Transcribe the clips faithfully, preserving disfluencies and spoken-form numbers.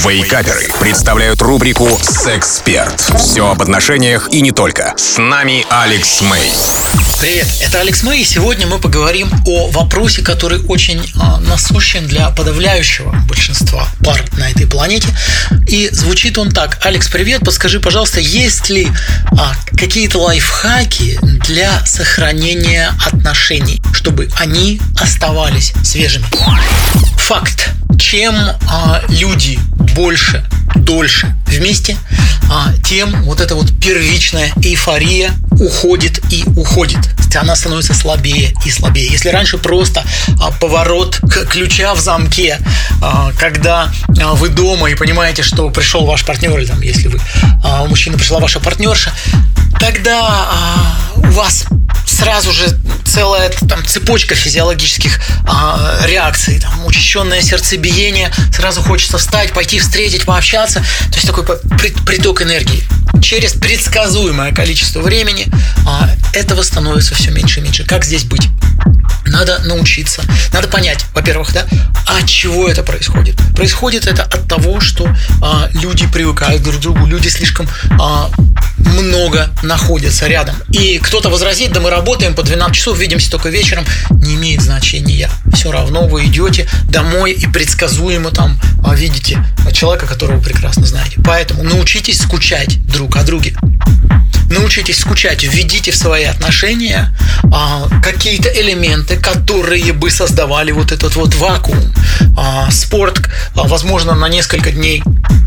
Вейкаперы представляют рубрику «Сексперт». Все об отношениях и не только. С нами Алекс Мэй. Привет, это Алекс Мэй, и сегодня мы поговорим о вопросе, который очень а, насущен для подавляющего большинства пар на этой планете. И звучит он так: Алекс, привет, подскажи, пожалуйста, есть ли а, какие-то лайфхаки для сохранения отношений, чтобы они оставались свежими? Факт. Чем а, люди больше, дольше вместе, а, тем вот эта вот первичная эйфория уходит и уходит. Она становится слабее и слабее. Если раньше просто а, поворот ключа в замке, а, когда а, вы дома и понимаете, что пришел ваш партнер, или там, если вы а, у мужчины пришла ваша партнерша, тогда а, у вас сразу же целая там цепочка физиологических а, реакций, там, учащенное сердцебиение, сразу хочется встать, пойти встретить, пообщаться. То есть такой приток энергии. Через предсказуемое количество времени а, этого становится все меньше и меньше. Как здесь быть? Надо научиться, надо понять, во-первых, да, от чего это происходит. Происходит это от того, что а, люди привыкают друг к другу, люди слишком а, много находятся рядом. И кто-то возразит: да мы работаем по двенадцать часов, видимся только вечером. Не имеет значения. Все равно вы идете домой и предсказуемо там а, видите человека, которого вы прекрасно знаете. Поэтому научитесь скучать друг о друге. Научитесь скучать, введите в свои отношения а, какие-то элементы, которые бы создавали вот этот вот вакуум. А, спорт, а, возможно, на несколько дней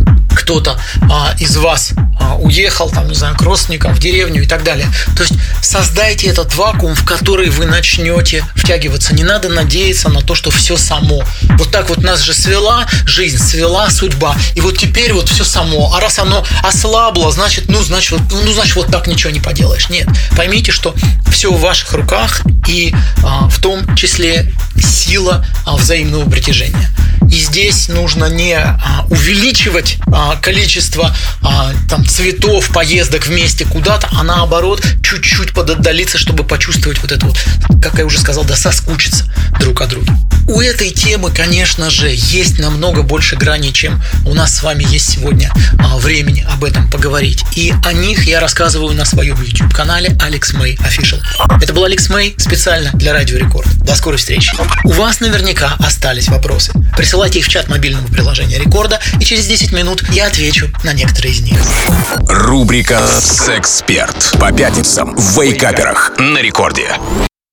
кто-то а, из вас а, уехал, там, не знаю, к родственникам в деревню и так далее. То есть создайте этот вакуум, в который вы начнете втягиваться. Не надо надеяться на то, что все само. Вот так вот нас же свела жизнь, свела судьба, и вот теперь вот все само. А раз оно ослабло, значит, ну, значит, вот, ну, значит, вот так ничего не поделаешь. Нет. Поймите, что все в ваших руках, и а, в том числе сила а, взаимного притяжения. И здесь нужно не а, увеличивать а, количество а, там, цветов, поездок вместе куда-то, а наоборот чуть-чуть подотдалиться, чтобы почувствовать вот это вот, как я уже сказал, да, соскучиться друг о друге. У этой темы, конечно же, есть намного больше граней, чем у нас с вами есть сегодня а, времени об этом поговорить. И о них я рассказываю на своем YouTube-канале Алекс Мэй Official. Это был Алекс Мэй специально для Радио Рекорд. До скорой встречи. У вас наверняка остались вопросы. Присылайте их в чат мобильного приложения Рекорда, и через десять минут я отвечу на некоторые из них. Рубрика «Сексперт» по пятницам в Вейкаперах на Рекорде.